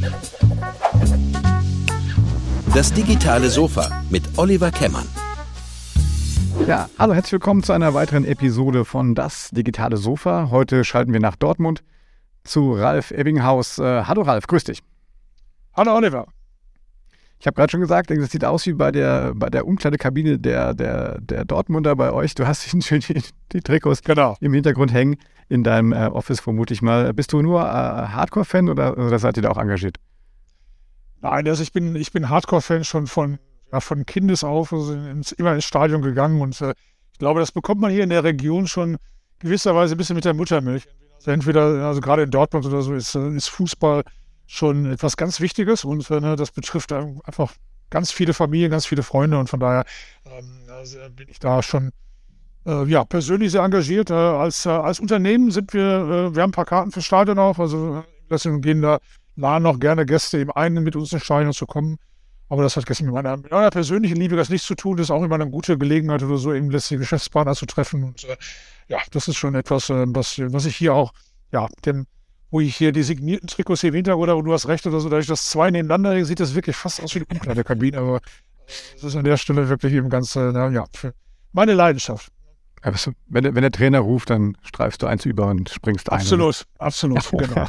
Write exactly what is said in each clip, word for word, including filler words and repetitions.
Das digitale Sofa mit Oliver Kemmern. Ja, hallo, herzlich willkommen zu einer weiteren Episode von Das digitale Sofa. Heute schalten wir nach Dortmund zu Ralf Ebbinghaus. Äh, hallo Ralf, grüß dich. Hallo Oliver. Ich habe gerade schon gesagt, das sieht aus wie bei der, bei der Umkleidekabine der, der, der Dortmunder bei euch. Du hast schön die, die Trikots genau. im Hintergrund hängen, in deinem äh, Office vermute ich mal. Bist du nur äh, Hardcore-Fan oder, oder seid ihr da auch engagiert? Nein, also ich bin, ich bin Hardcore-Fan schon von, ja, von Kindes auf, also ins, immer ins Stadion gegangen und äh, ich glaube, das bekommt man hier in der Region schon gewisserweise ein bisschen mit der Muttermilch. Also entweder, also gerade in Dortmund oder so, ist, ist Fußball schon etwas ganz Wichtiges und äh, ne, das betrifft einfach ganz viele Familien, ganz viele Freunde und von daher ähm, also bin ich da schon äh, ja, persönlich sehr engagiert. Äh, als, äh, als Unternehmen sind wir, äh, wir haben ein paar Karten fürs Stadion auf, also deswegen gehen da laden noch gerne Gäste eben ein, mit uns ins Stadion zu kommen. Aber das hat gestern mit meiner, mit meiner persönlichen Liebe das nichts zu tun. Das ist auch immer eine gute Gelegenheit oder so, eben letztliche Geschäftspartner zu treffen. Und äh, ja, das ist schon etwas, äh, was, was ich hier auch, ja, denn wo ich hier die signierten Trikots hier im Hintergrund habe, und du hast recht oder so, da ich das zwei nebeneinander, sieht das wirklich fast aus wie eine Umkleidekabine. Aber das ist an der Stelle wirklich eben ganz, äh, na, ja, für meine Leidenschaft. Ja, wenn, wenn der Trainer ruft, dann streifst du eins über und springst ein. Absolut, oder? absolut, genau.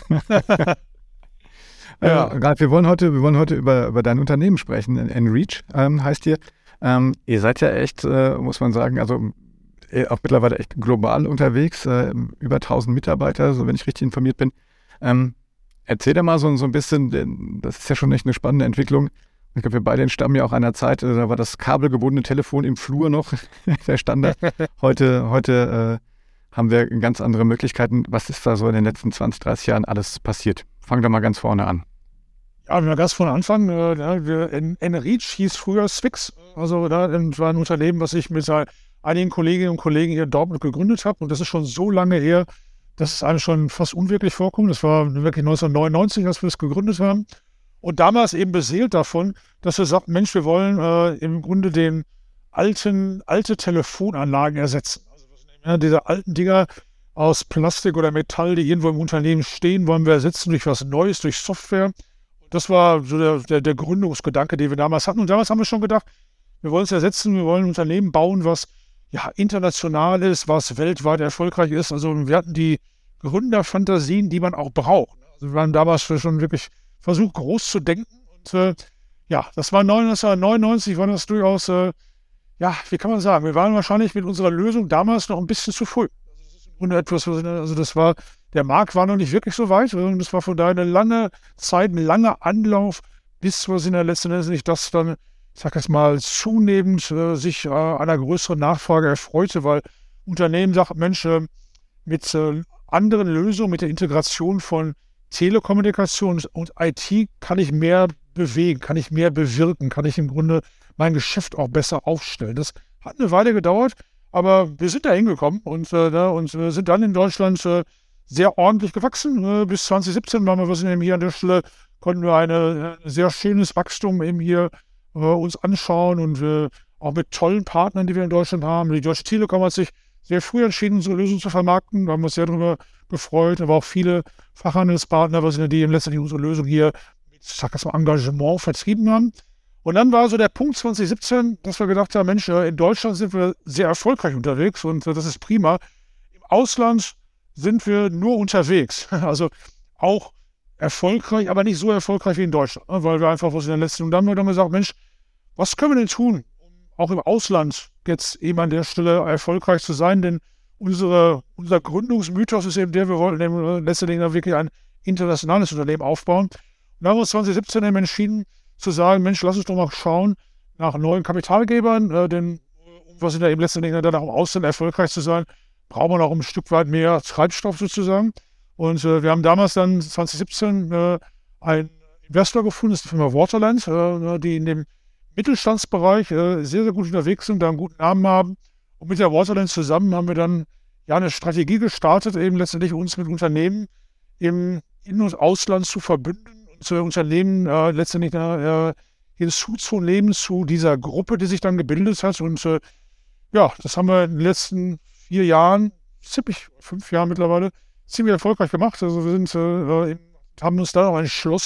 Ja, Ralf, wir wollen heute, wir wollen heute über, über dein Unternehmen sprechen. Enreach ähm, heißt ihr. Ähm, ihr seid ja echt, äh, muss man sagen, also auch mittlerweile echt global unterwegs, äh, über tausend Mitarbeiter, so wenn ich richtig informiert bin. Ähm, erzähl da mal so, so ein bisschen, denn das ist ja schon echt eine spannende Entwicklung. Ich glaube, wir beide entstammen ja auch einer Zeit, äh, da war das kabelgebundene Telefon im Flur noch der Standard. Heute, heute äh, haben wir ganz andere Möglichkeiten. Was ist da so in den letzten zwanzig, dreißig Jahren alles passiert? Fang da mal ganz vorne an. Ja, wenn wir ganz vorne anfangen, äh, ja, wir, Enreach hieß früher Swix, also da war ein Unternehmen, was ich mit einigen Kolleginnen und Kollegen hier in Dortmund gegründet habe und das ist schon so lange her, dass es einem schon fast unwirklich vorkommt. Das war wirklich neunzehnhundertneunundneunzig, als wir das gegründet haben und damals eben beseelt davon, dass wir sagten, Mensch, wir wollen äh, im Grunde den alten, alte Telefonanlagen ersetzen. Also ja, diese alten Dinger aus Plastik oder Metall, die irgendwo im Unternehmen stehen, wollen wir ersetzen durch was Neues, durch Software. Das war so der, der, der Gründungsgedanke, den wir damals hatten. Und damals haben wir schon gedacht, wir wollen es ersetzen, wir wollen ein Unternehmen bauen, was ja international ist, was weltweit erfolgreich ist. Also wir hatten die Gründerfantasien, die man auch braucht. Also wir haben damals schon wirklich versucht, groß zu denken. Und äh, ja, das war neunzehnhundertneunundneunzig, war das durchaus, äh, ja, wie kann man sagen, wir waren wahrscheinlich mit unserer Lösung damals noch ein bisschen zu früh. Und etwas, also das war, der Markt war noch nicht wirklich so weit und das war von daher eine lange Zeit, ein langer Anlauf, bis wir in der letzten Endes das dann, ich sag jetzt mal, zunehmend äh, sich äh, einer größeren Nachfrage erfreute, weil Unternehmen sagten, Mensch, äh, mit äh, anderen Lösungen, mit der Integration von Telekommunikation und I T kann ich mehr bewegen, kann ich mehr bewirken, kann ich im Grunde mein Geschäft auch besser aufstellen. Das hat eine Weile gedauert, aber wir sind da hingekommen und, äh, und äh, sind dann in Deutschland äh, sehr ordentlich gewachsen. Äh, bis zwanzig siebzehn waren wir was eben hier an der Stelle, konnten wir eine, ein sehr schönes Wachstum eben hier äh, uns anschauen und äh, auch mit tollen Partnern, die wir in Deutschland haben. Die Deutsche Telekom hat sich sehr früh entschieden, unsere Lösung zu vermarkten. Da haben wir uns sehr darüber gefreut. Aber auch viele Fachhandelspartner, die letztendlich unsere Lösung hier mit, ich sag das mal, Engagement vertrieben haben. Und dann war so der Punkt zwanzig siebzehn, dass wir gedacht haben, Mensch, in Deutschland sind wir sehr erfolgreich unterwegs und das ist prima. Im Ausland sind wir nur unterwegs. Also auch erfolgreich, aber nicht so erfolgreich wie in Deutschland. Weil wir einfach was in den letzten, und dann haben wir dann gesagt, Mensch, was können wir denn tun, um auch im Ausland jetzt eben an der Stelle erfolgreich zu sein? Denn unsere, unser Gründungsmythos ist eben der, wir wollten eben letztendlich wirklich ein internationales Unternehmen aufbauen. Und dann haben wir uns zwanzig siebzehn eben entschieden, zu sagen, Mensch, lass uns doch mal schauen nach neuen Kapitalgebern, äh, denn um was in der eben letztendlich dann auch im Ausland erfolgreich zu sein, braucht man auch ein Stück weit mehr Treibstoff sozusagen. Und äh, wir haben damals dann zwanzig siebzehn äh, einen Investor gefunden, das ist die Firma Waterland, äh, die in dem Mittelstandsbereich äh, sehr, sehr gut unterwegs sind, da einen guten Namen haben. Und mit der Waterland zusammen haben wir dann ja eine Strategie gestartet, eben letztendlich uns mit Unternehmen im In- und Ausland zu verbünden. Zu Unternehmen äh, letztendlich äh, hinzuzunehmen zu dieser Gruppe, die sich dann gebildet hat. Und äh, ja, das haben wir in den letzten vier Jahren, ziemlich fünf Jahren mittlerweile, ziemlich erfolgreich gemacht. Also wir sind, äh, haben uns dann auch entschlossen,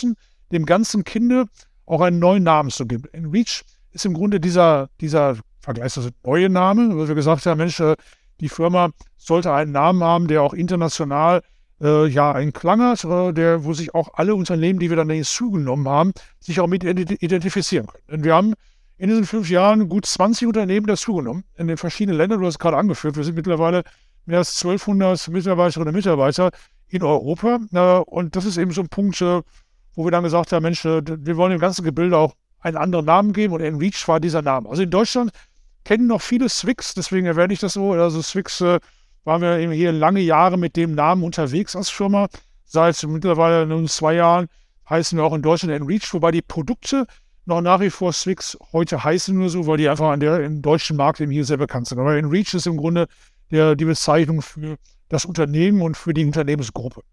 dem ganzen Kinde auch einen neuen Namen zu geben. Enreach ist im Grunde dieser, dieser vergleichsweise neue Name, weil wir gesagt haben, Mensch, äh, die Firma sollte einen Namen haben, der auch international äh, ja einen Klang hat, äh, der, wo sich auch alle Unternehmen, die wir dann hinzugenommen haben, sich auch mit identifizieren können. Denn wir haben in diesen fünf Jahren gut zwanzig Unternehmen dazugenommen, in den verschiedenen Ländern, du hast es gerade angeführt, wir sind mittlerweile mehr als zwölfhundert Mitarbeiterinnen und Mitarbeiter in Europa. Äh, und das ist eben so ein Punkt, äh, wo wir dann gesagt haben, Mensch, äh, wir wollen dem ganzen Gebilde auch einen anderen Namen geben und Enreach war dieser Name. Also in Deutschland kennen noch viele Swix, deswegen erwähne ich das so. Also Swix äh, waren wir eben hier lange Jahre mit dem Namen unterwegs als Firma. Seit mittlerweile nun zwei Jahren heißen wir auch in Deutschland Enreach, wobei die Produkte noch nach wie vor Swix heute heißen nur so, weil die einfach an der, im deutschen Markt eben hier sehr bekannt sind. Aber Enreach ist im Grunde der, die Bezeichnung für das Unternehmen und für die Unternehmensgruppe.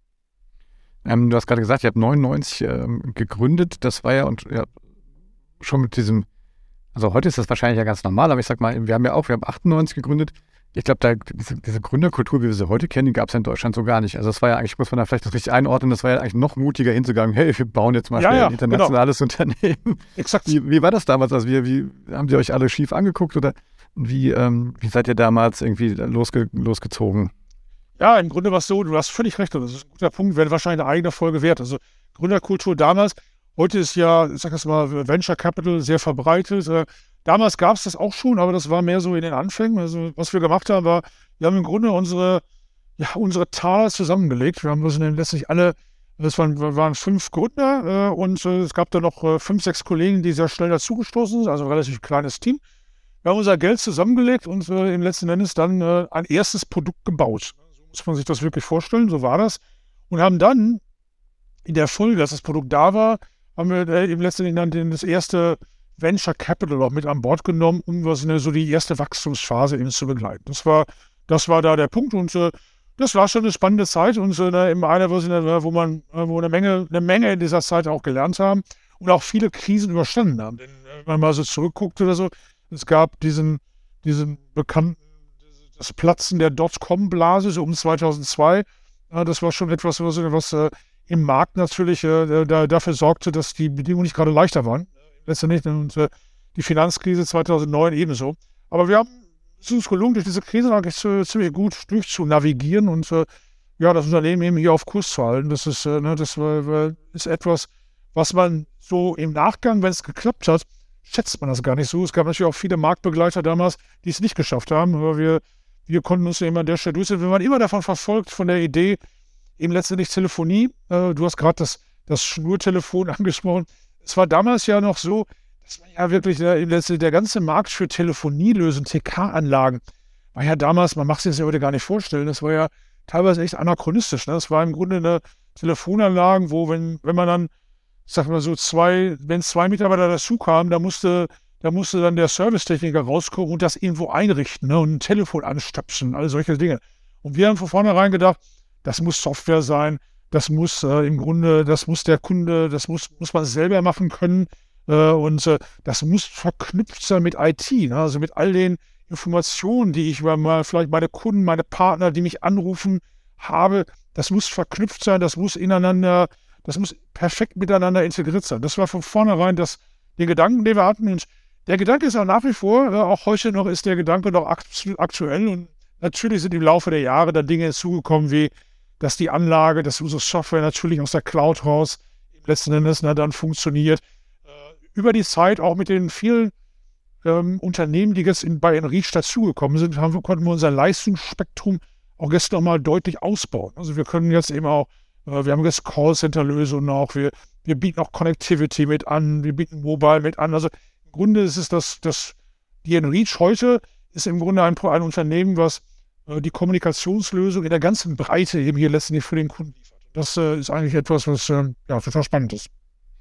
Ähm, du hast gerade gesagt, ihr habt neunundneunzig ähm, gegründet. Das war ja und ja, schon mit diesem, also heute ist das wahrscheinlich ja ganz normal, aber ich sag mal, wir haben ja auch, wir haben achtundneunzig gegründet. Ich glaube, da diese, diese Gründerkultur, wie wir sie heute kennen, die gab es ja in Deutschland so gar nicht. Also das war ja eigentlich, muss man da vielleicht das richtig einordnen, das war ja eigentlich noch mutiger hinzugegangen, hey, wir bauen jetzt mal ja, ja, ein internationales genau. Unternehmen. Exakt. Wie, wie war das damals? Also wie, wie haben die euch alle schief angeguckt oder wie, ähm, wie seid ihr damals irgendwie losge, losgezogen? Ja, im Grunde war es so, du hast völlig recht, das ist ein guter Punkt, wäre wahrscheinlich eine eigene Folge wert. Also Gründerkultur damals, heute ist ja, ich sag das mal, Venture Capital sehr verbreitet. Damals gab es das auch schon, aber das war mehr so in den Anfängen. Also was wir gemacht haben, war, wir haben im Grunde unsere, ja, unsere Taler zusammengelegt. Wir haben das letztlich alle, das waren, waren fünf Gründer äh, und äh, es gab da noch äh, fünf, sechs Kollegen, die sehr schnell dazugestoßen sind, also ein relativ kleines Team. Wir haben unser Geld zusammengelegt und äh, im letzten Endes dann äh, ein erstes Produkt gebaut. So muss man sich das wirklich vorstellen, so war das. Und haben dann in der Folge, dass das Produkt da war, haben wir äh, im letzten Endes dann das erste Venture Capital auch mit an Bord genommen, um was eine, so die erste Wachstumsphase eben zu begleiten. Das war, das war da der Punkt und äh, das war schon eine spannende Zeit und äh, in einer, wo man, wo eine Menge, eine Menge in dieser Zeit auch gelernt haben und auch viele Krisen überstanden haben. Denn wenn man mal so zurückguckt oder so, es gab diesen, diesen bekannten, das Platzen der Dotcom-Blase so um zweitausendzwei. Äh, das war schon etwas, was, was äh, im Markt natürlich äh, da, dafür sorgte, dass die Bedingungen nicht gerade leichter waren. Letztendlich und äh, die Finanzkrise zweitausendneun ebenso. Aber wir haben es uns gelungen, durch diese Krise eigentlich äh, ziemlich gut durchzunavigieren und äh, ja, das Unternehmen eben hier auf Kurs zu halten. Das ist, äh, ne, das äh, ist etwas, was man so im Nachgang, wenn es geklappt hat, schätzt man das gar nicht so. Es gab natürlich auch viele Marktbegleiter damals, die es nicht geschafft haben, aber wir, wir konnten uns eben an der Stelle durchsetzen. Wenn man immer davon verfolgt, von der Idee, eben letztendlich Telefonie, äh, du hast gerade das, das Schnurtelefon angesprochen. Es war damals ja noch so, dass man ja wirklich der, der ganze Markt für Telefonielösungen, T K-Anlagen, war ja damals, man macht sich das ja heute gar nicht vorstellen, das war ja teilweise echt anachronistisch. Ne? Das war im Grunde eine Telefonanlage, wo, wenn, wenn man dann, ich sag mal so, zwei, wenn zwei Mitarbeiter dazu kamen, da musste, da musste dann der Servicetechniker rauskommen und das irgendwo einrichten, ne? Und ein Telefon anstöpseln, all solche Dinge. Und wir haben von vornherein gedacht, das muss Software sein, das muss äh, im Grunde, das muss der Kunde, das muss, muss man selber machen können äh, und äh, das muss verknüpft sein mit I T, ne? Also mit all den Informationen, die ich über mal, vielleicht meine Kunden, meine Partner, die mich anrufen, habe, das muss verknüpft sein, das muss ineinander, das muss perfekt miteinander integriert sein. Das war von vornherein das, den Gedanken, den wir hatten. Und der Gedanke ist auch nach wie vor, äh, auch heute noch ist der Gedanke noch aktu- aktuell. Und natürlich sind im Laufe der Jahre dann Dinge hinzugekommen, wie dass die Anlage, dass unsere Software natürlich aus der Cloud raus letzten Endes na, dann funktioniert. Äh, über die Zeit auch mit den vielen ähm, Unternehmen, die jetzt in, bei Enreach dazugekommen sind, haben, konnten wir unser Leistungsspektrum auch jetzt nochmal deutlich ausbauen. Also wir können jetzt eben auch, äh, wir haben jetzt Callcenter-Lösungen auch, wir, wir bieten auch Connectivity mit an, wir bieten Mobile mit an. Also im Grunde ist es das, das die Enreach heute ist im Grunde ein, ein Unternehmen, was äh, die Kommunikationslösung in der ganzen Breite eben hier letztendlich für den Kunden liefert. Das äh, ist eigentlich etwas, was äh, ja, total spannend ist.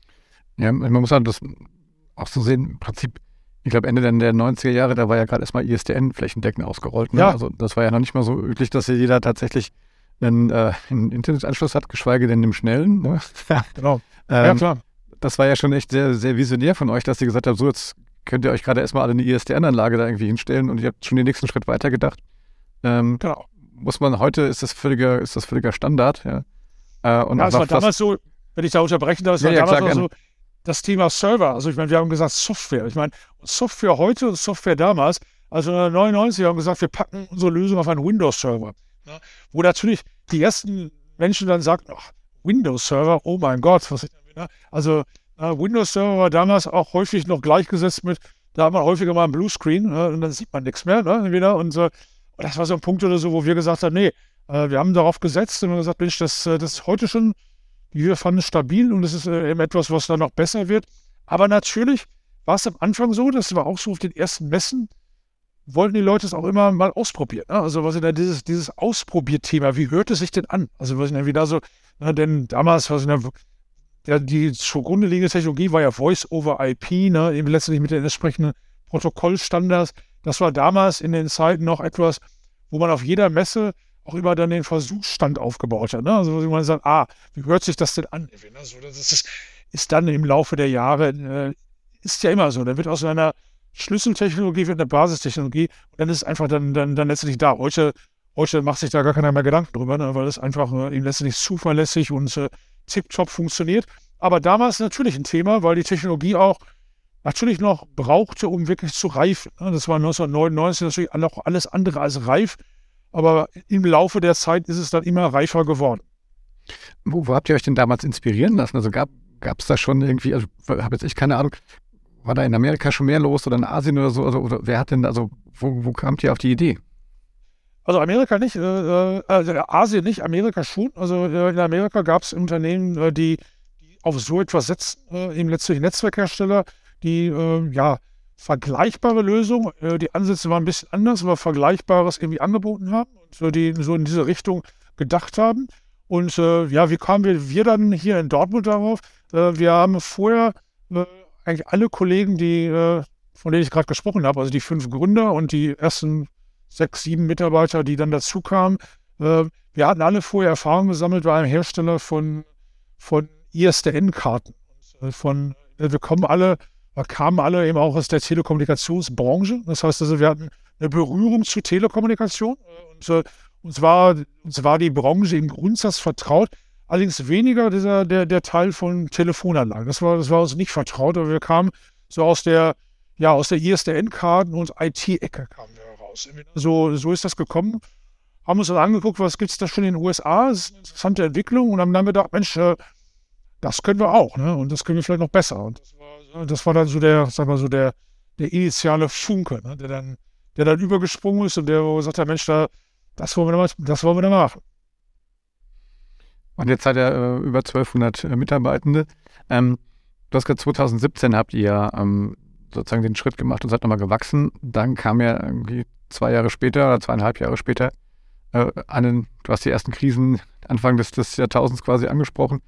Ja, man muss sagen, das auch so sehen, im Prinzip, ich glaube Ende der neunziger Jahre, da war ja gerade erstmal I S D N flächendeckend ausgerollt. Ne? Ja. Also das war ja noch nicht mal so üblich, dass hier jeder tatsächlich einen, äh, einen Internetanschluss hat, geschweige denn im schnellen. Ne? Genau. ähm, ja, klar. Das war ja schon echt sehr, sehr visionär von euch, dass ihr gesagt habt, so jetzt könnt ihr euch gerade erstmal alle eine I S D N-Anlage da irgendwie hinstellen und ihr habt schon den nächsten Schritt weitergedacht. Ähm, Genau. Muss man heute, ist das völliger, ist das völliger Standard, ja. Äh, und Ja, es auch war was, damals so, wenn ich da unterbrechen darf, das Ja, war ja, damals klar, auch so das Thema Server. Also ich meine, wir haben gesagt Software. Ich meine, Software heute und Software damals, also neunzehnhundertneunundneunzig haben gesagt, wir packen unsere Lösung auf einen Windows-Server. Ne? Wo natürlich die ersten Menschen dann sagten, ach, Windows-Server, oh mein Gott, was ist denn wieder? Also äh, Windows-Server war damals auch häufig noch gleichgesetzt mit, da hat man häufiger mal einen Bluescreen, ne? Und dann sieht man nichts mehr. Ne? Wieder. Und, äh, und das war so ein Punkt oder so, wo wir gesagt haben, nee, äh, wir haben darauf gesetzt und gesagt, Mensch, das, das ist heute schon, wir fanden es stabil und es ist äh, eben etwas, was dann noch besser wird. Aber natürlich war es am Anfang so, das war auch so auf den ersten Messen, wollten die Leute es auch immer mal ausprobieren. Ne? Also was ist denn dieses, dieses Ausprobierthema, wie hört es sich denn an? Also was ist denn wieder so, na, denn damals, was denn, der, die zugrunde liegende Technologie war ja Voice-over-I P, ne? Eben letztendlich mit den entsprechenden Protokollstandards. Das war damals in den Zeiten noch etwas, wo man auf jeder Messe auch immer dann den Versuchsstand aufgebaut hat. Ne? Also wo man sagt, ah, wie hört sich das denn an? Also, das ist, ist dann im Laufe der Jahre, äh, ist ja immer so, dann wird aus einer Schlüsseltechnologie wird eine Basistechnologie und dann ist es einfach dann, dann, dann letztendlich da. Heute, heute macht sich da gar keiner mehr Gedanken drüber, ne? Weil es einfach äh, eben letztendlich zuverlässig und äh, tipptopp funktioniert. Aber damals natürlich ein Thema, weil die Technologie auch natürlich noch brauchte, um wirklich zu reifen. Ne? Das war neunzehnhundertneunundneunzig natürlich noch alles andere als reif, aber im Laufe der Zeit ist es dann immer reifer geworden. Wo, wo habt ihr euch denn damals inspirieren lassen? Also gab es da schon irgendwie, also habe jetzt echt keine Ahnung, war da in Amerika schon mehr los oder in Asien oder so? Also, oder wer hat denn, also wo, wo kamt ihr auf die Idee? Also Amerika nicht, äh, also Asien nicht, Amerika schon. Also äh, in Amerika gab es Unternehmen, äh, die, die auf so etwas setzen, äh, eben letztlich Netzwerkhersteller, die äh, ja vergleichbare Lösungen, äh, die Ansätze waren ein bisschen anders, aber Vergleichbares irgendwie angeboten haben und äh, die so in diese Richtung gedacht haben. Und äh, ja, wie kamen wir, wir dann hier in Dortmund darauf? Äh, wir haben vorher äh, eigentlich alle Kollegen, die, äh, von denen ich gerade gesprochen habe, also die fünf Gründer und die ersten sechs, sieben Mitarbeiter, die dann dazu kamen, äh, wir hatten alle vorher Erfahrung gesammelt bei einem Hersteller von, von I S D N-Karten. Äh, von, äh, wir kommen alle, wir kamen alle eben auch aus der Telekommunikationsbranche. Das heißt also, wir hatten eine Berührung zu Telekommunikation äh, und äh, uns, war, uns war die Branche im Grundsatz vertraut. Allerdings weniger dieser, der, der Teil von Telefonanlagen. Das war, das war uns nicht vertraut, aber wir kamen so aus der, ja, aus der I S D N-Karten- und I T-Ecke kamen wir raus. So, so ist das gekommen. Haben uns dann angeguckt, was gibt es da schon in den U S A? Das ist eine interessante Entwicklung und haben dann gedacht, Mensch, äh, das können wir auch, ne? Und das können wir vielleicht noch besser. Und das war, das war dann so der, sag mal so der, der initiale Funke, ne? der, dann, der dann übergesprungen ist und der gesagt hat, Mensch, da, das wollen wir dann, das wollen wir dann machen. Und jetzt seid ihr äh, über zwölfhundert äh, Mitarbeitende. Ähm, du hast gerade zwanzig siebzehn habt ihr ähm, sozusagen den Schritt gemacht und seid nochmal gewachsen. Dann kam ja irgendwie zwei Jahre später oder zweieinhalb Jahre später äh, einen, du hast die ersten Krisen Anfang des, des Jahrtausends quasi angesprochen.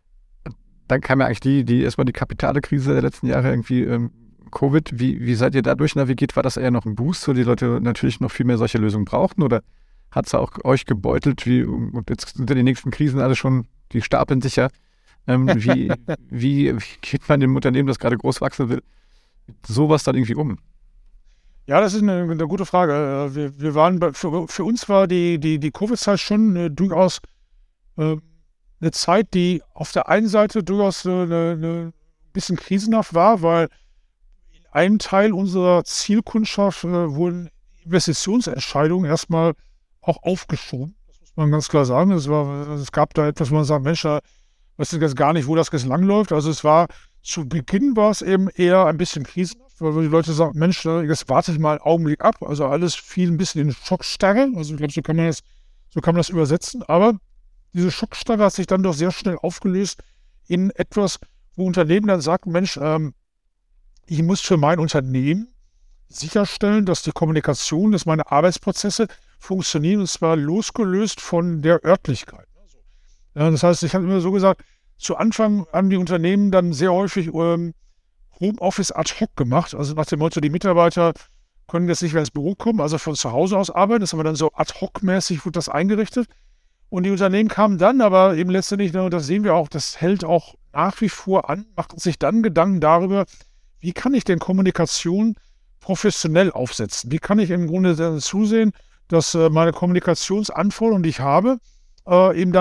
Dann kam ja eigentlich die, die erstmal die kapitale Krise der letzten Jahre, irgendwie ähm, Covid. Wie, wie seid ihr dadurch navigiert? War das eher noch ein Boost, wo die Leute natürlich noch viel mehr solche Lösungen brauchten? Oder hat es auch euch gebeutelt? Wie, und jetzt sind ja die nächsten Krisen alle schon, die stapeln sich ja. Ähm, wie, wie, wie geht man dem Unternehmen, das gerade groß wachsen will, mit sowas dann irgendwie um? Ja, das ist eine, eine gute Frage. Wir, wir waren bei, für, für uns war die, die, die Covid-Zeit schon äh, durchaus äh, eine Zeit, die auf der einen Seite durchaus eine, eine bisschen krisenhaft war, weil in einem Teil unserer Zielkundschaft äh, wurden Investitionsentscheidungen erstmal auch aufgeschoben. Das muss man ganz klar sagen. Es, war, es gab da etwas, wo man sagt, Mensch, da weiß ich jetzt gar nicht, wo das jetzt langläuft. Also es war, zu Beginn war es eben eher ein bisschen krisenhaft, weil die Leute sagen, Mensch, jetzt warte ich mal einen Augenblick ab. Also alles fiel ein bisschen in Schockstarre. Also ich glaube, so kann man das, so kann man das übersetzen. Aber diese Schockstarre hat sich dann doch sehr schnell aufgelöst in etwas, wo Unternehmen dann sagen, Mensch, ähm, ich muss für mein Unternehmen sicherstellen, dass die Kommunikation, dass meine Arbeitsprozesse funktionieren, und zwar losgelöst von der Örtlichkeit. Ja, das heißt, ich habe immer so gesagt, zu Anfang haben die Unternehmen dann sehr häufig ähm, Homeoffice ad hoc gemacht, also nach dem Motto, die Mitarbeiter können jetzt nicht mehr ins Büro kommen, also von zu Hause aus arbeiten, das haben wir dann so ad hoc-mäßig wurde das eingerichtet. Und die Unternehmen kamen dann, aber eben letztendlich, und das sehen wir auch, das hält auch nach wie vor an, machten sich dann Gedanken darüber, wie kann ich denn Kommunikation professionell aufsetzen? Wie kann ich im Grunde dann zusehen, dass äh, meine Kommunikationsanforderungen, die ich habe, äh, eben dann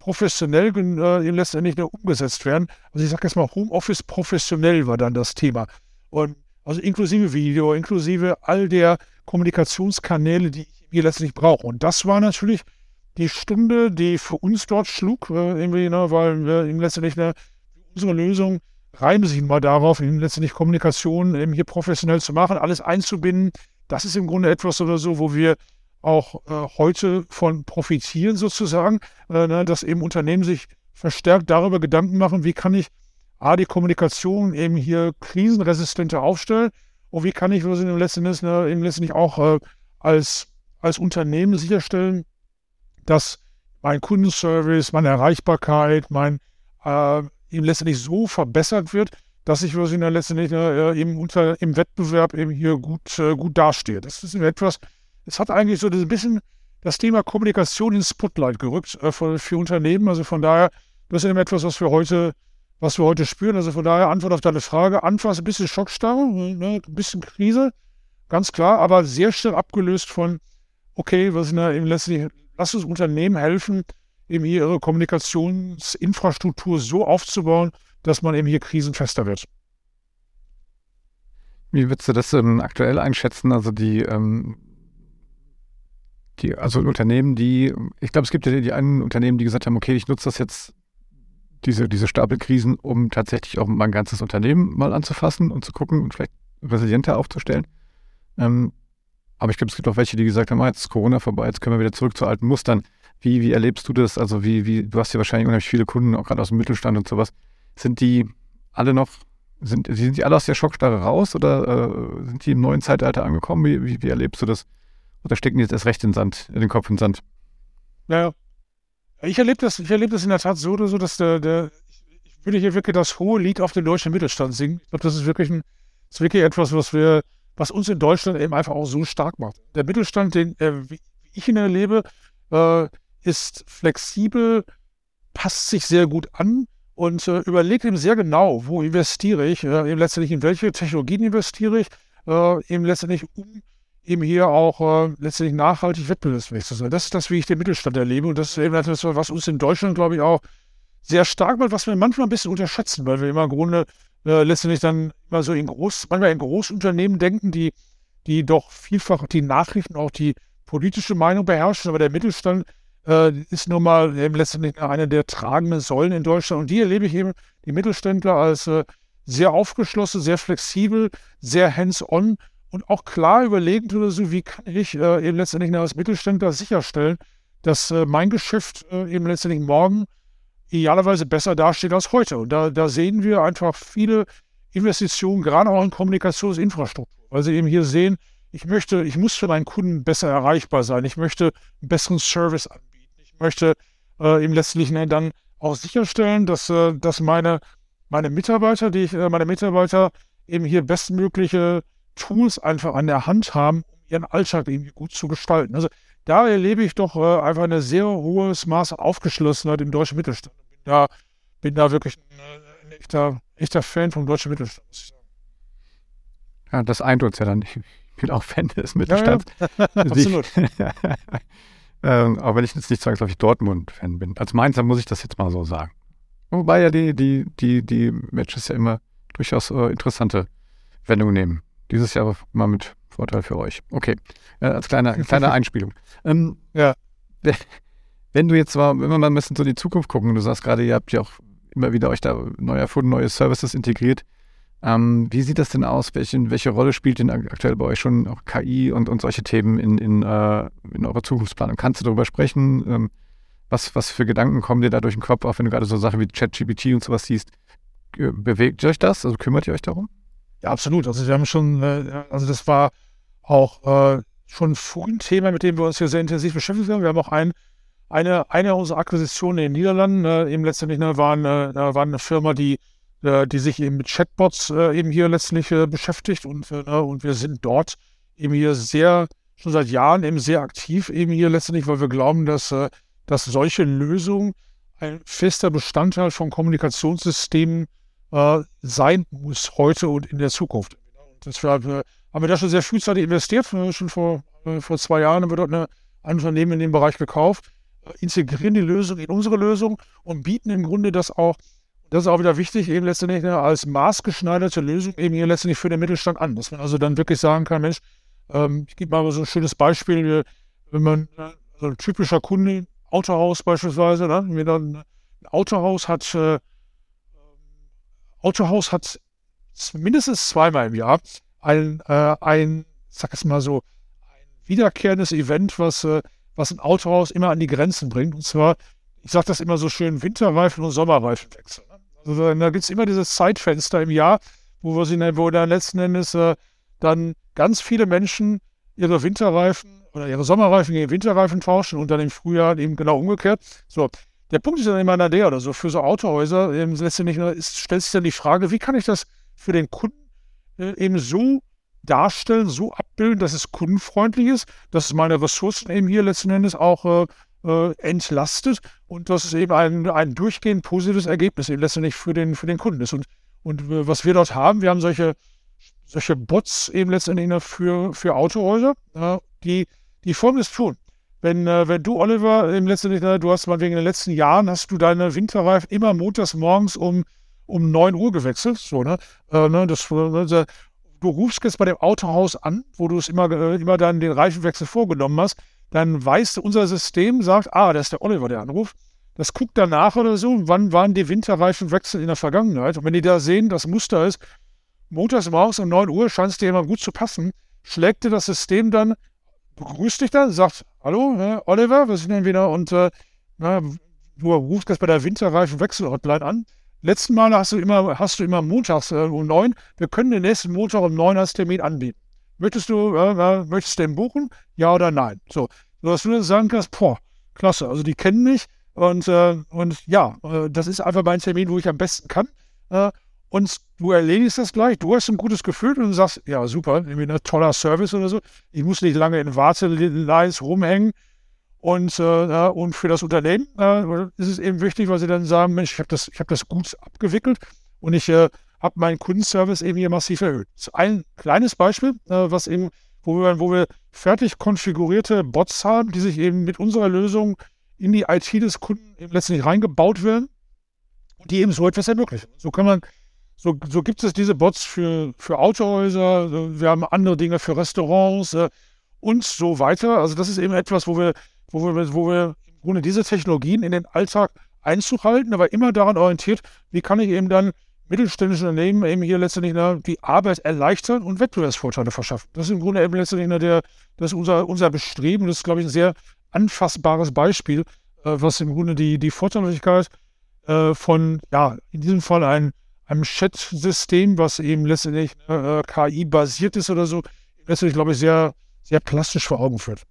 professionell äh, eben letztendlich nur umgesetzt werden. Also ich sage jetzt mal, Homeoffice professionell war dann das Thema. Und also inklusive Video, inklusive all der Kommunikationskanäle, die ich hier letztendlich brauche. Und das war natürlich die Stunde, die für uns dort schlug, äh, irgendwie, ne, weil wir eben letztendlich ne, unsere Lösung reiben sich mal darauf, eben letztendlich Kommunikation eben hier professionell zu machen, alles einzubinden. Das ist im Grunde etwas oder so, wo wir auch äh, heute von profitieren sozusagen, äh, ne, dass eben Unternehmen sich verstärkt darüber Gedanken machen, wie kann ich A, die Kommunikation eben hier krisenresistenter aufstellen und wie kann ich was im letzten Endes ne, eben letztendlich auch äh, als, als Unternehmen sicherstellen, dass mein Kundenservice, meine Erreichbarkeit, mein äh, eben letztendlich so verbessert wird, dass ich was in der letztendlich äh, eben unter im Wettbewerb eben hier gut, äh, gut dastehe. Das ist etwas, es hat eigentlich so ein bisschen das Thema Kommunikation ins Spotlight gerückt äh, für, für Unternehmen. Also von daher, das ist eben etwas, was wir heute, was wir heute spüren. Also von daher, Antwort auf deine Frage, anfangs ein bisschen Schockstarre, ne, ein bisschen Krise, ganz klar, aber sehr schnell abgelöst von, okay, was in der eben letztendlich, lass uns Unternehmen helfen, eben hier ihre Kommunikationsinfrastruktur so aufzubauen, dass man eben hier krisenfester wird. Wie würdest du das ähm, aktuell einschätzen? Also die, ähm, die, also Unternehmen, die, ich glaube, es gibt ja die, die einen Unternehmen, die gesagt haben, okay, ich nutze das jetzt, diese, diese Stapelkrisen, um tatsächlich auch mein ganzes Unternehmen mal anzufassen und zu gucken und vielleicht resilienter aufzustellen. Ähm, aber ich glaube, es gibt auch welche, die gesagt haben, ah, jetzt ist Corona vorbei, jetzt können wir wieder zurück zu alten Mustern. Wie, wie erlebst du das? Also wie, wie, du hast ja wahrscheinlich unheimlich viele Kunden, auch gerade aus dem Mittelstand und sowas. Sind die alle noch, sind, sind die alle aus der Schockstarre raus oder äh, sind die im neuen Zeitalter angekommen? Wie, wie, wie erlebst du das? Oder stecken die jetzt erst recht in den Sand, in den Kopf in den Sand? Naja, ich erlebe das, ich erlebe das in der Tat so oder so, dass der, der ich würde hier wirklich das hohe Lied auf den deutschen Mittelstand singen. Ich glaube, das ist wirklich ein, das ist wirklich etwas, was wir, was uns in Deutschland eben einfach auch so stark macht. Der Mittelstand, den äh, wie ich ihn erlebe, äh, ist flexibel, passt sich sehr gut an und äh, überlegt eben sehr genau, wo investiere ich, äh, eben letztendlich in welche Technologien investiere ich, äh, eben letztendlich um eben hier auch äh, letztendlich nachhaltig wettbewerbsfähig zu sein. Das ist das, wie ich den Mittelstand erlebe und das ist eben etwas, was uns in Deutschland, glaube ich, auch sehr stark macht, was wir manchmal ein bisschen unterschätzen, weil wir immer im Grunde äh, letztendlich dann immer so in Groß, manchmal in Großunternehmen denken, die, die doch vielfach die Nachrichten, auch die politische Meinung beherrschen, aber der Mittelstand äh, ist nun mal eben letztendlich eine der tragenden Säulen in Deutschland. Und die erlebe ich eben, die Mittelständler, als äh, sehr aufgeschlossen, sehr flexibel, sehr hands-on und auch klar überlegend oder so, wie kann ich äh, eben letztendlich als Mittelständler sicherstellen, dass äh, mein Geschäft äh, eben letztendlich morgen idealerweise besser dasteht als heute. Und da, da sehen wir einfach viele Investitionen, gerade auch in Kommunikationsinfrastruktur, weil sie eben hier sehen, ich möchte, ich muss für meinen Kunden besser erreichbar sein, ich möchte einen besseren Service anbieten, ich möchte äh, eben letztlich ne, dann auch sicherstellen, dass, äh, dass meine, meine Mitarbeiter, die ich, äh, meine Mitarbeiter eben hier bestmögliche Tools einfach an der Hand haben, um ihren Alltag irgendwie gut zu gestalten. Also da erlebe ich doch äh, einfach ein sehr hohes Maß an Aufgeschlossenheit im deutschen Mittelstand. Bin da, bin da wirklich ein, ein echter, echter Fan vom deutschen Mittelstand, muss ich sagen. Ja, das eint uns ja dann. Ich bin auch Fan des Mittelstands. Ja, ja. Absolut. ähm, auch wenn ich jetzt nicht zwangsläufig Dortmund-Fan bin. Als Mainzer muss ich das jetzt mal so sagen. Wobei ja die, die, die, die Matches ja immer durchaus äh, interessante Wendungen nehmen. Dieses Jahr mal mit Vorteil für euch. Okay, äh, als kleine, kleine Einspielung. Ähm, ja. Wenn du jetzt mal, wenn wir mal ein bisschen so in die Zukunft gucken, du sagst gerade, ihr habt ja auch immer wieder euch da neu erfunden, neue Services integriert. Ähm, wie sieht das denn aus? Welche, welche Rolle spielt denn aktuell bei euch schon auch K I und, und solche Themen in, in, äh, in eurer Zukunftsplanung? Kannst du darüber sprechen? Ähm, was, was für Gedanken kommen dir da durch den Kopf, auch wenn du gerade so Sachen wie ChatGPT und sowas siehst? Bewegt euch das? Also kümmert ihr euch darum? Ja, absolut. Also wir haben schon, äh, also das war auch äh, schon früh ein Thema, mit dem wir uns hier sehr intensiv beschäftigt haben. Wir haben auch ein, eine, eine unserer Akquisitionen in den Niederlanden, äh, eben letztendlich ne, war, eine, war eine Firma, die die sich eben mit Chatbots äh, eben hier letztlich äh, beschäftigt und, äh, und wir sind dort eben hier sehr, schon seit Jahren eben sehr aktiv eben hier letztendlich, weil wir glauben, dass, äh, dass solche Lösungen ein fester Bestandteil von Kommunikationssystemen äh, sein muss heute und in der Zukunft. Und deshalb äh, haben wir da schon sehr frühzeitig investiert, äh, schon vor, äh, vor zwei Jahren haben wir dort eine, ein Unternehmen in dem Bereich gekauft. integrieren die Lösung in unsere Lösung und bieten im Grunde das auch, das ist auch wieder wichtig, eben letztendlich als maßgeschneiderte Lösung eben hier letztendlich für den Mittelstand an. Dass man also dann wirklich sagen kann, Mensch, ähm, ich gebe mal so ein schönes Beispiel, wenn man, also ein typischer Kunde, Autohaus beispielsweise, ne, wenn dann ein Autohaus hat, äh, Autohaus hat mindestens zweimal im Jahr ein, äh, ein, sag es mal so, ein wiederkehrendes Event, was, äh, was ein Autohaus immer an die Grenzen bringt. Und zwar, ich sage das immer so schön, Winterreifen und Sommerreifenwechsel. Also da gibt es immer dieses Zeitfenster im Jahr, wo wir sie, wo dann letzten Endes äh, dann ganz viele Menschen ihre Winterreifen oder ihre Sommerreifen gegen Winterreifen tauschen und dann im Frühjahr eben genau umgekehrt. So, der Punkt ist dann immer der oder so, für so Autohäuser ähm, letztendlich ist, stellt sich dann die Frage, wie kann ich das für den Kunden äh, eben so darstellen, so abbilden, dass es kundenfreundlich ist, dass es meine Ressourcen eben hier letzten Endes auch äh, äh, entlastet und dass es eben ein, ein durchgehend positives Ergebnis eben letztendlich für den, für den Kunden ist. Und, und äh, was wir dort haben, wir haben solche, solche Bots eben letztendlich für, für Autohäuser, äh, die, die Folgendes tun. Wenn, äh, wenn du, Oliver, eben letztendlich, äh, du hast mal wegen den letzten Jahren, hast du deine Winterreifen immer montags morgens um, um neun Uhr gewechselt, so, ne? Äh, ne das, äh, du rufst jetzt bei dem Autohaus an, wo du es immer, äh, immer dann den Reifenwechsel vorgenommen hast, dann weiß unser System, sagt, ah, das ist der Oliver, der anruft. Das guckt danach oder so, wann waren die Winterreifenwechsel in der Vergangenheit. Und wenn die da sehen, das Muster ist, montags morgens um neun Uhr scheint es dir immer gut zu passen, schlägt dir das System dann, begrüßt dich dann, sagt, hallo, äh, Oliver, was ist denn wieder? Und äh, na, du rufst jetzt bei der Winterreifenwechsel-Hotline an. Letzten Mal hast du immer, hast du immer montags äh, um neun. Wir können den nächsten Montag um neun als Termin anbieten. Möchtest du, äh, möchtest du den buchen? Ja oder nein? So, dass du dann sagen kannst, boah, klasse, also die kennen mich und, äh, und ja, äh, das ist einfach mein Termin, wo ich am besten kann. Äh, und du erledigst das gleich, du hast ein gutes Gefühl und sagst, ja super, irgendwie ein toller Service oder so. Ich muss nicht lange in Wartelines rumhängen. Und, äh, ja, und für das Unternehmen äh, ist es eben wichtig, weil sie dann sagen, Mensch, ich habe das, ich hab das gut abgewickelt und ich äh, habe meinen Kundenservice eben hier massiv erhöht. Das ist ein kleines Beispiel, äh, was eben, wo wir, wo wir fertig konfigurierte Bots haben, die sich eben mit unserer Lösung in die I T des Kunden eben letztendlich reingebaut werden und die eben so etwas ermöglichen. So kann man, so, so gibt es diese Bots für, für Autohäuser, wir haben andere Dinge für Restaurants äh, und so weiter. Also das ist eben etwas, wo wir Wo wir, wo wir im Grunde diese Technologien in den Alltag Einzug halten, aber immer daran orientiert, wie kann ich eben dann mittelständischen Unternehmen eben hier letztendlich ne, die Arbeit erleichtern und Wettbewerbsvorteile verschaffen. Das ist im Grunde eben letztendlich ne, der, das ist unser, unser Bestreben. Das ist, glaube ich, ein sehr anfassbares Beispiel, äh, was im Grunde die, die Vorteilhaftigkeit äh, von, ja, in diesem Fall ein, einem Chat-System, was eben letztendlich äh, K I-basiert ist oder so, letztendlich, glaube ich, sehr, sehr plastisch vor Augen führt.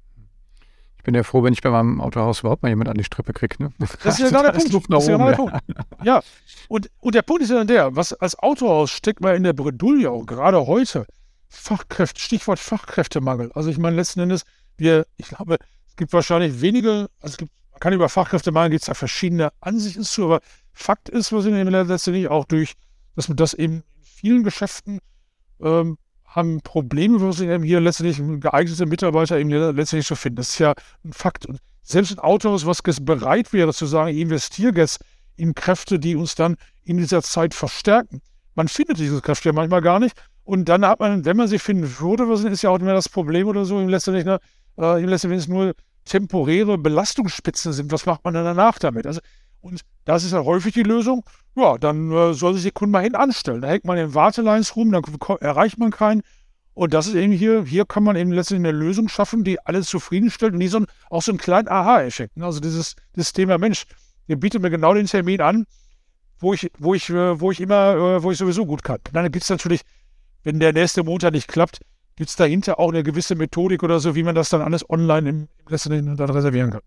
Ich bin ja froh, wenn ich bei meinem Autohaus überhaupt mal jemand an die Strippe kriege. Ne? Das ist ja genau der Punkt. Luft nach oben, genau der Punkt. Ja, und, und der Punkt ist ja dann der, was als Autohaus steckt man in der Bredouille auch, gerade heute, Fachkräfte, Stichwort Fachkräftemangel. Also ich meine, letzten Endes, wir, ich glaube, es gibt wahrscheinlich wenige, also es gibt, man kann über Fachkräftemangel, gibt es da verschiedene Ansichten zu, aber Fakt ist, was in der letztendlich auch durch, dass man das eben in vielen Geschäften ähm, haben Probleme, wo sie eben hier letztendlich geeignete Mitarbeiter eben letztendlich zu finden. Das ist ja ein Fakt. Und selbst ein Autohaus, was bereit wäre zu sagen, ich investiere jetzt in Kräfte, die uns dann in dieser Zeit verstärken. Man findet diese Kräfte ja manchmal gar nicht. Und dann hat man, wenn man sie finden würde, was ist ja auch nicht mehr das Problem oder so, im letztendlich, ne, äh, im letztendlich, wenn es nur temporäre Belastungsspitzen sind, was macht man dann danach damit? Also, und das ist ja häufig die Lösung, ja, dann äh, soll sich der Kunde mal hinten anstellen. Da hängt man in Wartelines rum, dann erreicht man keinen. Und das ist eben hier, hier kann man eben letztendlich eine Lösung schaffen, die alles zufriedenstellt und die so ein, auch so einen kleinen Aha-Effekt. Ne? Also dieses, dieses Thema, Mensch, ihr bietet mir genau den Termin an, wo ich, wo ich, äh, wo ich immer, äh, wo ich sowieso gut kann. Und dann gibt es natürlich, wenn der nächste Montag nicht klappt, gibt es dahinter auch eine gewisse Methodik oder so, wie man das dann alles online im, im letztendlich dann reservieren kann.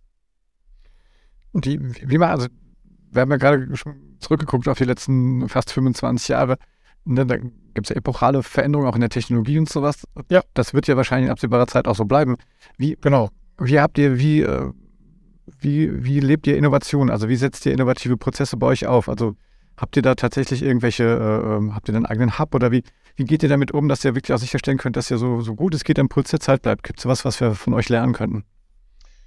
Und die, wie man, also wir haben ja gerade schon zurückgeguckt auf die letzten fast fünfundzwanzig Jahre. Ne, da gibt es ja epochale Veränderungen auch in der Technologie und sowas. Ja. Das wird ja wahrscheinlich in absehbarer Zeit auch so bleiben. Wie, genau. Wie habt ihr, wie, äh, wie, wie lebt ihr Innovation? Also wie setzt ihr innovative Prozesse bei euch auf? Also habt ihr da tatsächlich irgendwelche, äh, habt ihr einen eigenen Hub oder wie, wie geht ihr damit um, dass ihr wirklich auch sicherstellen könnt, dass ihr so, so gut es geht am Puls der Zeit bleibt? Gibt es was, was wir von euch lernen könnten?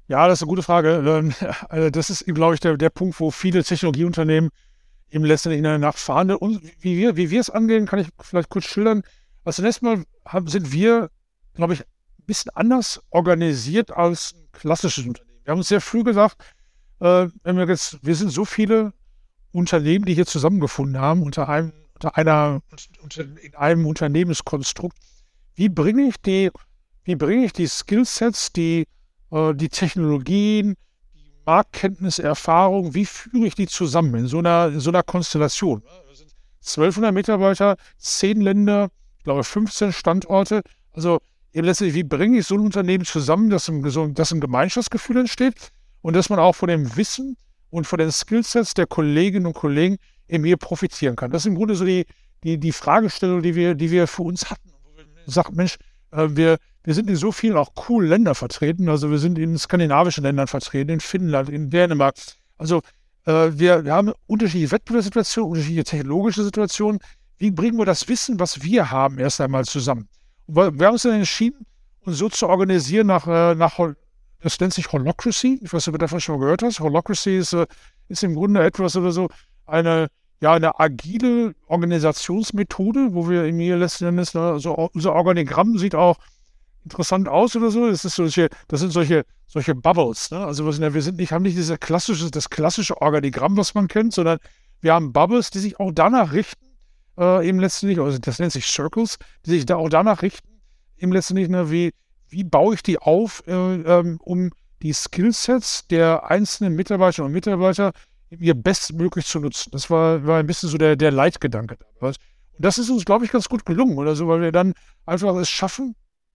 Ja, das ist eine gute Frage. Also das ist, glaube ich, der, der Punkt, wo viele Technologieunternehmen eben letztendlich in der Nacht verhandeln. Und wie wir, wie wir es angehen, kann ich vielleicht kurz schildern. Also zunächst mal haben, sind wir, glaube ich, ein bisschen anders organisiert als ein klassisches Unternehmen. Wir haben uns sehr früh gesagt, äh, wenn wir jetzt, wir sind so viele Unternehmen, die hier zusammengefunden haben unter einem, unter einer, unter, in einem Unternehmenskonstrukt. Wie bringe ich die, wie bringe ich die Skillsets, die die Technologien, die Marktkenntnisse, Erfahrung, wie führe ich die zusammen in so einer, in so einer Konstellation? Wir sind zwölfhundert Mitarbeiter, zehn Länder, ich glaube fünfzehn Standorte. Also eben letztlich, wie bringe ich so ein Unternehmen zusammen, dass ein, dass ein Gemeinschaftsgefühl entsteht und dass man auch von dem Wissen und von den Skillsets der Kolleginnen und Kollegen eben hier profitieren kann. Das ist im Grunde so die, die, die Fragestellung, die wir, die wir für uns hatten. Wo wir sagen, Mensch, äh, wir Wir sind in so vielen auch coolen Ländern vertreten. Also wir sind in skandinavischen Ländern vertreten, in Finnland, in Dänemark. Also äh, wir, wir haben unterschiedliche Wettbewerbssituationen, unterschiedliche technologische Situationen. Wie bringen wir das Wissen, was wir haben, erst einmal zusammen? Und wir, wir haben uns dann entschieden, uns so zu organisieren nach, äh, nach das nennt sich Holacracy. Ich weiß nicht, ob du davon schon mal gehört hast. Holacracy ist, äh, ist im Grunde etwas oder so, eine ja, eine agile Organisationsmethode, wo wir in mir letzten Endes, ne, also unser Organigramm sieht auch interessant aus oder so. Das ist solche, das sind solche, solche Bubbles. Ne? Also wir, wir sind nicht, haben nicht diese klassische, das klassische Organigramm, was man kennt, sondern wir haben Bubbles, die sich auch danach richten, äh, eben letztendlich, also das nennt sich Circles, die sich da auch danach richten, eben letztendlich, ne, wie, wie baue ich die auf, äh, ähm, um die Skillsets der einzelnen Mitarbeiterinnen und Mitarbeiter ihr bestmöglich zu nutzen. Das war, war ein bisschen so der, der Leitgedanke damals. Und das ist uns, glaube ich, ganz gut gelungen oder so, weil wir dann einfach es schaffen,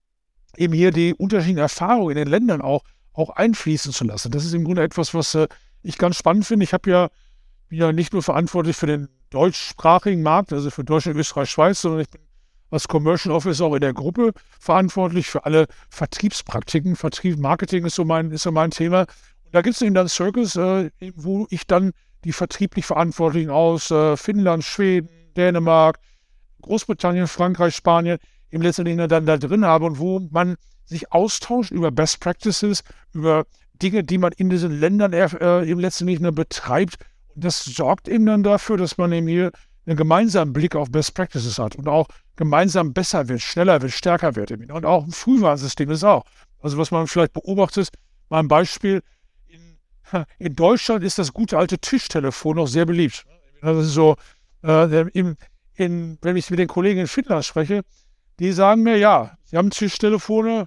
eben hier die unterschiedlichen Erfahrungen in den Ländern auch, auch einfließen zu lassen. Das ist im Grunde etwas, was äh, ich ganz spannend finde. Ich habe ja, bin ja nicht nur verantwortlich für den deutschsprachigen Markt, also für Deutschland, Österreich, Schweiz, sondern ich bin als Commercial Officer auch in der Gruppe verantwortlich für alle Vertriebspraktiken. Vertrieb, Marketing ist so mein, ist so mein Thema. Und da gibt es eben dann Circles, äh, wo ich dann die vertrieblich Verantwortlichen aus äh, Finnland, Schweden, Dänemark, Großbritannien, Frankreich, Spanien im letztendlich dann da drin habe und wo man sich austauscht über Best Practices, über Dinge, die man in diesen Ländern äh, eben letztendlich betreibt. Und das sorgt eben dann dafür, dass man eben hier einen gemeinsamen Blick auf Best Practices hat und auch gemeinsam besser wird, schneller wird, stärker wird. Und auch ein Frühwarnsystem ist auch. Also was man vielleicht beobachtet, mal ein Beispiel, in, in Deutschland ist das gute alte Tischtelefon noch sehr beliebt. Das ist so, äh, in, in, wenn ich mit den Kollegen in Finnland spreche, die sagen mir, ja, sie haben Tischtelefone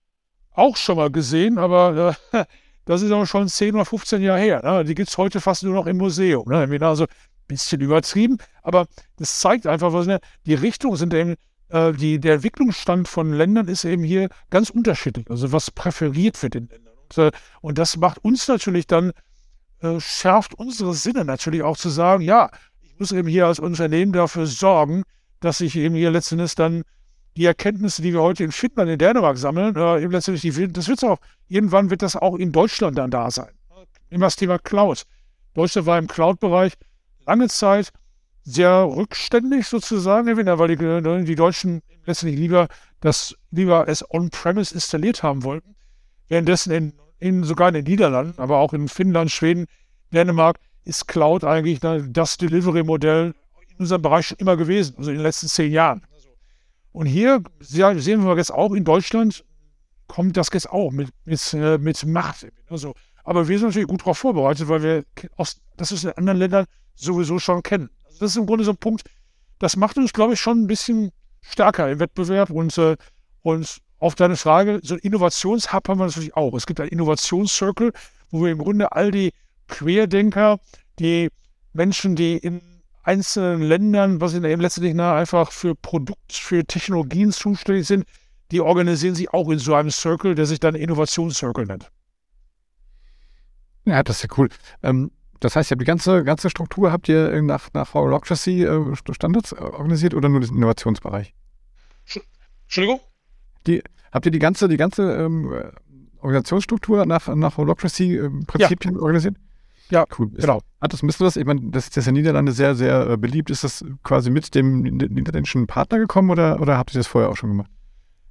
auch schon mal gesehen, aber äh, das ist aber schon zehn oder fünfzehn Jahre her. Ne? Die gibt es heute fast nur noch im Museum. Ne? Also ein bisschen übertrieben, aber das zeigt einfach, was ne, die Richtung sind eben, äh, die, der Entwicklungsstand von Ländern ist eben hier ganz unterschiedlich, also was präferiert wird in Ländern. Und, äh, und das macht uns natürlich dann, äh, schärft unsere Sinne natürlich auch zu sagen, ja, ich muss eben hier als Unternehmen dafür sorgen, dass ich eben hier letztendlich dann die Erkenntnisse, die wir heute in Finnland, in Dänemark sammeln, äh, eben letztendlich, die, das wird auch, irgendwann wird das auch in Deutschland dann da sein. Immer das Thema Cloud. Deutschland war im Cloud-Bereich lange Zeit sehr rückständig sozusagen, weil die, die Deutschen letztendlich lieber das, lieber es on-premise installiert haben wollten. Währenddessen in, in, sogar in den Niederlanden, aber auch in Finnland, Schweden, Dänemark ist Cloud eigentlich das Delivery-Modell in unserem Bereich schon immer gewesen, also in den letzten zehn Jahren. Und hier sehen wir jetzt auch in Deutschland, kommt das jetzt auch mit, mit, mit Macht. Also, aber wir sind natürlich gut darauf vorbereitet, weil wir aus, das ist in anderen Ländern sowieso schon kennen. Also das ist im Grunde so ein Punkt, das macht uns, glaube ich, schon ein bisschen stärker im Wettbewerb. Und, äh, und auf deine Frage, so ein Innovationshub haben wir natürlich auch. Es gibt einen Innovationscircle, wo wir im Grunde all die Querdenker, die Menschen, die in einzelnen Ländern, was in eben letztendlich na, einfach für Produkt, für Technologien zuständig sind, die organisieren sich auch in so einem Circle, der sich dann Innovationscircle nennt. Ja, das ist ja cool. Ähm, das heißt, ihr habt die ganze, ganze Struktur, habt ihr nach, nach Holacracy äh, Standards organisiert oder nur den Innovationsbereich? Entschuldigung? Die, habt ihr die ganze, die ganze ähm, Organisationsstruktur nach, nach Holacracy-Prinzipien äh, ja. organisiert? Ja, cool. Ist, genau. Hat das, müsst ihr das, ich meine, das ist ja in Niederlande sehr, sehr äh, beliebt. Ist das quasi mit dem niederländischen Partner gekommen oder, oder habt ihr das vorher auch schon gemacht?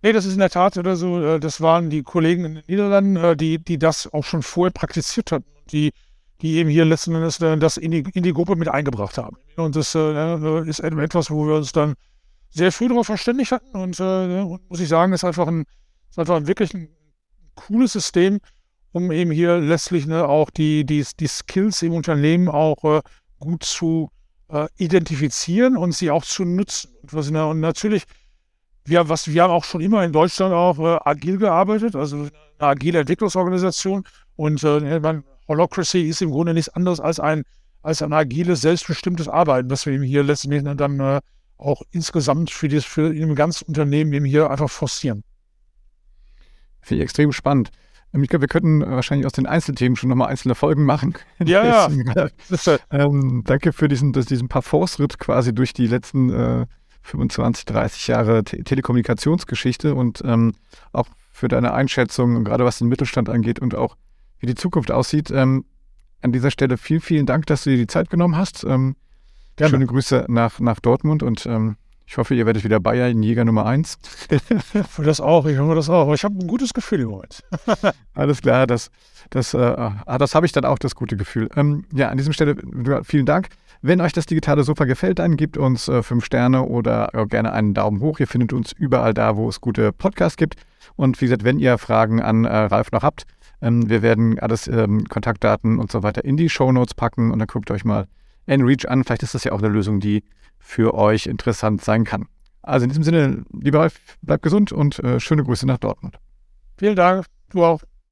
Nee, das ist in der Tat oder so, das waren die Kollegen in den Niederlanden, die, die das auch schon vorher praktiziert hatten, die, die eben hier letzten Endes das in die, in die Gruppe mit eingebracht haben. Und das äh, ist etwas, wo wir uns dann sehr früh darauf verständigt hatten und, äh, und muss ich sagen, ist einfach ein, ist einfach wirklich ein cooles System, um eben hier letztlich ne, auch die, die, die Skills im Unternehmen auch äh, gut zu äh, identifizieren und sie auch zu nutzen. Und, was, ne, und natürlich Wir, was, wir haben auch schon immer in Deutschland auch äh, agil gearbeitet, also eine agile Entwicklungsorganisation. Und äh, man, Holacracy ist im Grunde nichts anderes als ein, als ein agiles, selbstbestimmtes Arbeiten, was wir eben hier letztendlich dann äh, auch insgesamt für, das, für im ganzen Unternehmen eben hier einfach forcieren. Finde ich extrem spannend. Ich glaube, wir könnten wahrscheinlich aus den Einzelthemen schon nochmal einzelne Folgen machen. Ja, ja. ähm, danke für diesen, diesen Parforce-Ritt quasi durch die letzten äh, fünfundzwanzig, dreißig Jahre Te- Telekommunikationsgeschichte und ähm, auch für deine Einschätzung, gerade was den Mittelstand angeht und auch wie die Zukunft aussieht. Ähm, an dieser Stelle vielen, vielen Dank, dass du dir die Zeit genommen hast. Ähm, schöne Grüße nach, nach Dortmund und ähm, ich hoffe, ihr werdet wieder Bayern-Jäger Nummer eins. Für das auch, ich hoffe das auch. Aber ich habe ein gutes Gefühl im Moment. Alles klar, das, das, äh, das habe ich dann auch, das gute Gefühl. Ähm, ja, an dieser Stelle vielen Dank. Wenn euch das digitale Sofa gefällt, dann gebt uns äh, fünf Sterne oder äh, gerne einen Daumen hoch. Ihr findet uns überall da, wo es gute Podcasts gibt. Und wie gesagt, wenn ihr Fragen an äh, Ralf noch habt, ähm, wir werden alles, ähm, Kontaktdaten und so weiter in die Shownotes packen und dann guckt euch mal enReach an. Vielleicht ist das ja auch eine Lösung, die für euch interessant sein kann. Also in diesem Sinne, lieber Ralf, bleibt gesund und äh, schöne Grüße nach Dortmund. Vielen Dank, du auch.